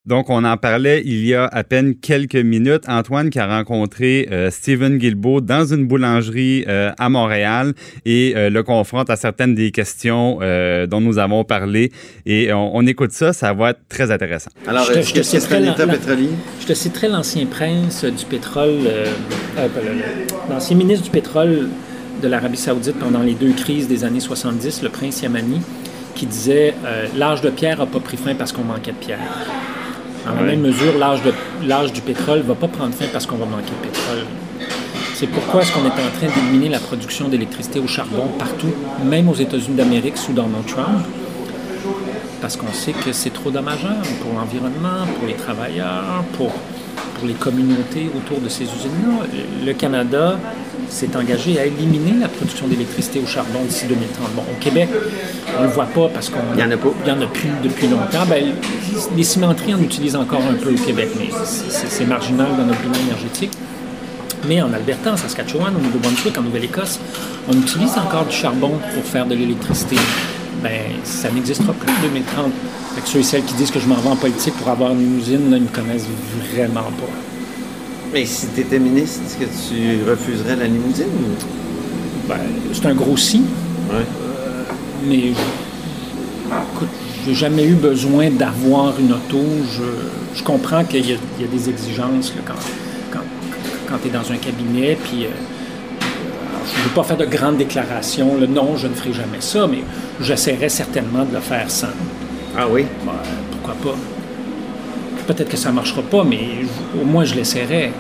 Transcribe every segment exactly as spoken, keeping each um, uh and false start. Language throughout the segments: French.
Donc, on en parlait il y a à peine quelques minutes. Antoine qui a rencontré euh, Stephen Guilbeault dans une boulangerie euh, à Montréal et euh, le confronte à certaines des questions euh, dont nous avons parlé. Et on, on écoute ça, ça va être très intéressant. Alors, je te, je te qu'est-ce que c'est un État la, pétrolier? Je te citerai l'ancien prince du pétrole, euh, euh, l'ancien ministre du pétrole de l'Arabie Saoudite pendant les deux crises des années soixante-dix, le prince Yamani, qui disait euh, « L'âge de pierre n'a pas pris fin parce qu'on manquait de pierre ». Dans la ouais. même mesure, l'âge, de, l'âge du pétrole ne va pas prendre fin parce qu'on va manquer de pétrole. C'est pourquoi est-ce qu'on est en train d'éliminer la production d'électricité au charbon partout, même aux États-Unis d'Amérique sous Donald Trump, parce qu'on sait que c'est trop dommageable pour l'environnement, pour les travailleurs, pour, pour les communautés autour de ces usines-là. Le Canada s'est engagé à éliminer la production d'électricité au charbon d'ici deux mille trente. Bon, au Québec, on ne le voit pas parce qu'on... Il n'y en a pas. Il n'y en a plus depuis longtemps. Bien, les cimenteries en utilisent encore un peu au Québec, mais c'est, c'est marginal dans notre bilan énergétique. Mais en Alberta, en Saskatchewan, au Nouveau-Brunswick, en Nouvelle-Écosse, on utilise encore du charbon pour faire de l'électricité. Bien, ça n'existera plus en deux mille trente. Fait que ceux et celles qui disent que je m'en vais en politique pour avoir une usine, là, ils ne me connaissent vraiment pas. Mais si tu étais ministre, est-ce que tu refuserais la limousine? Ben, c'est un gros si. Ouais. Euh, mais, écoute, j'ai jamais eu besoin d'avoir une auto. Je, je comprends qu'il y a, il y a des exigences là, quand, quand, quand tu es dans un cabinet. Puis, euh, je ne veux pas faire de grandes déclarations. Là, non, je ne ferai jamais ça, mais j'essaierai certainement de le faire sans. Ah oui? Ben, pourquoi pas? Peut-être que ça ne marchera pas, mais au moins je l'essaierai.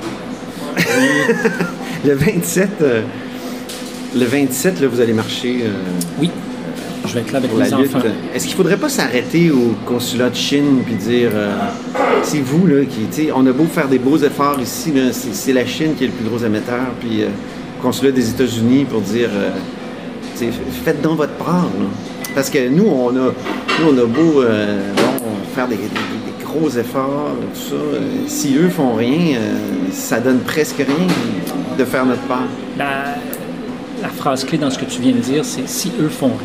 le vingt-sept, euh, le vingt-sept, là, vous allez marcher. Euh, oui, je vais être là avec les enfants. Est-ce qu'il ne faudrait pas s'arrêter au consulat de Chine puis dire euh, c'est vous là qui, tu sais, on a beau faire des beaux efforts ici, là, c'est, c'est la Chine qui est le plus gros émetteur, puis euh, le consulat des États-Unis pour dire euh, faites donc votre part. Là. Parce que nous, on a, nous, on a beau euh, bon, faire des, des gros efforts, tout ça. Euh, si eux font rien, euh, ça donne presque rien de faire notre part. La, la phrase clé dans ce que tu viens de dire, c'est « si eux font rien ».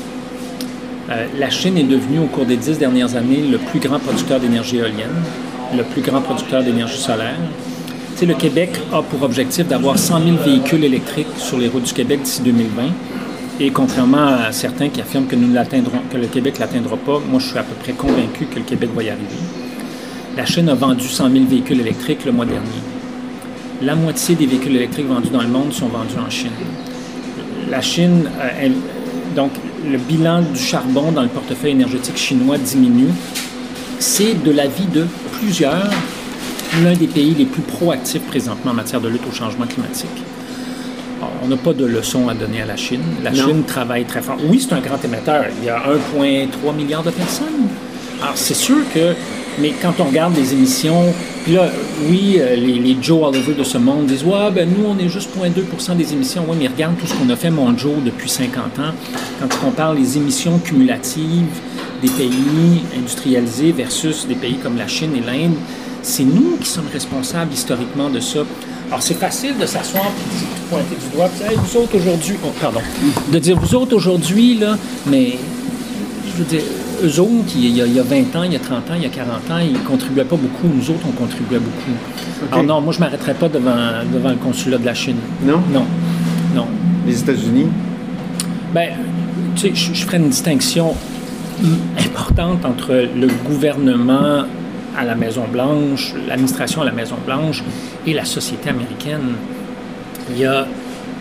Euh, la Chine est devenue, au cours des dix dernières années, le plus grand producteur d'énergie éolienne, le plus grand producteur d'énergie solaire. Tu sais, le Québec a pour objectif d'avoir cent mille véhicules électriques sur les routes du Québec d'ici deux mille vingt. Et contrairement à certains qui affirment que, nous ne l'atteindrons, que le Québec ne l'atteindra pas, moi je suis à peu près convaincu que le Québec va y arriver. La Chine a vendu cent mille véhicules électriques le mois dernier. La moitié des véhicules électriques vendus dans le monde sont vendus en Chine. La Chine, elle, donc le bilan du charbon dans le portefeuille énergétique chinois diminue. C'est de l'avis de plusieurs, l'un des pays les plus proactifs présentement en matière de lutte au changement climatique. On n'a pas de leçon à donner à la Chine. La non. Chine travaille très fort. Oui, c'est un grand émetteur. Il y a un virgule trois milliard de personnes. Alors, c'est sûr que... Mais quand on regarde les émissions... Puis là, oui, les, les Joe Oliver de ce monde disent « Ouais, ben nous, on est juste zéro virgule deux pour cent des émissions. » Oui, mais regarde tout ce qu'on a fait, mon Joe, depuis cinquante ans. Quand on parle des émissions cumulatives des pays industrialisés versus des pays comme la Chine et l'Inde, c'est nous qui sommes responsables historiquement de ça. Alors, c'est facile de s'asseoir et de pointer du doigt, puis hey, vous autres aujourd'hui, oh, pardon, de dire vous autres aujourd'hui, là, mais je veux dire, eux autres, il y, a, il y a vingt ans, il y a trente ans, il y a quarante ans, ils ne contribuaient pas beaucoup. Nous autres, on contribuait beaucoup. Okay. Alors non, moi, je ne m'arrêterais pas devant, devant le consulat de la Chine. Non? Non. Non. Les États-Unis? Bien, tu sais, je, je ferais une distinction importante entre le gouvernement à la Maison-Blanche, l'administration à la Maison-Blanche et la société américaine. Il y a, euh,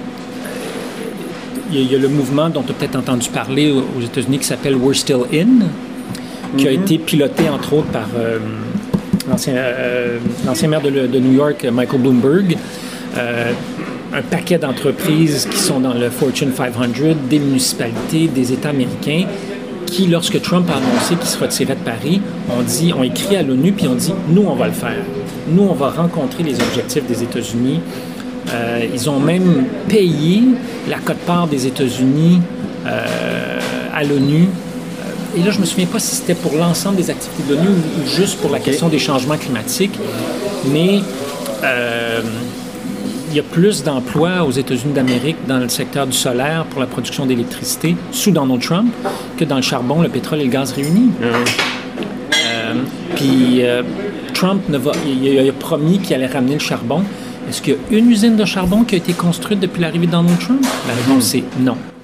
il y a le mouvement dont tu as peut-être entendu parler aux États-Unis qui s'appelle We're Still In, qui mm-hmm. a été piloté entre autres par euh, l'ancien, euh, l'ancien maire de, de New York, Michael Bloomberg. Euh, un paquet d'entreprises qui sont dans le Fortune cinq cents, des municipalités, des États américains, qui, lorsque Trump a annoncé qu'il se retirait de Paris, ont dit, ont écrit à l'ONU, puis ont dit, nous, on va le faire. Nous, on va rencontrer les objectifs des États-Unis. Euh, ils ont même payé la quote-part des États-Unis euh, à l'ONU. Et là, je ne me souviens pas si c'était pour l'ensemble des activités de l'ONU ou, ou juste pour la question des changements climatiques, mais euh, il y a plus d'emplois aux États-Unis d'Amérique dans le secteur du solaire pour la production d'électricité sous Donald Trump que dans le charbon, le pétrole et le gaz réunis. Mmh. Euh, puis Puis euh, Trump ne va, il, il a promis qu'il allait ramener le charbon. Est-ce qu'il y a une usine de charbon qui a été construite depuis l'arrivée de Donald Trump? La réponse, c'est non.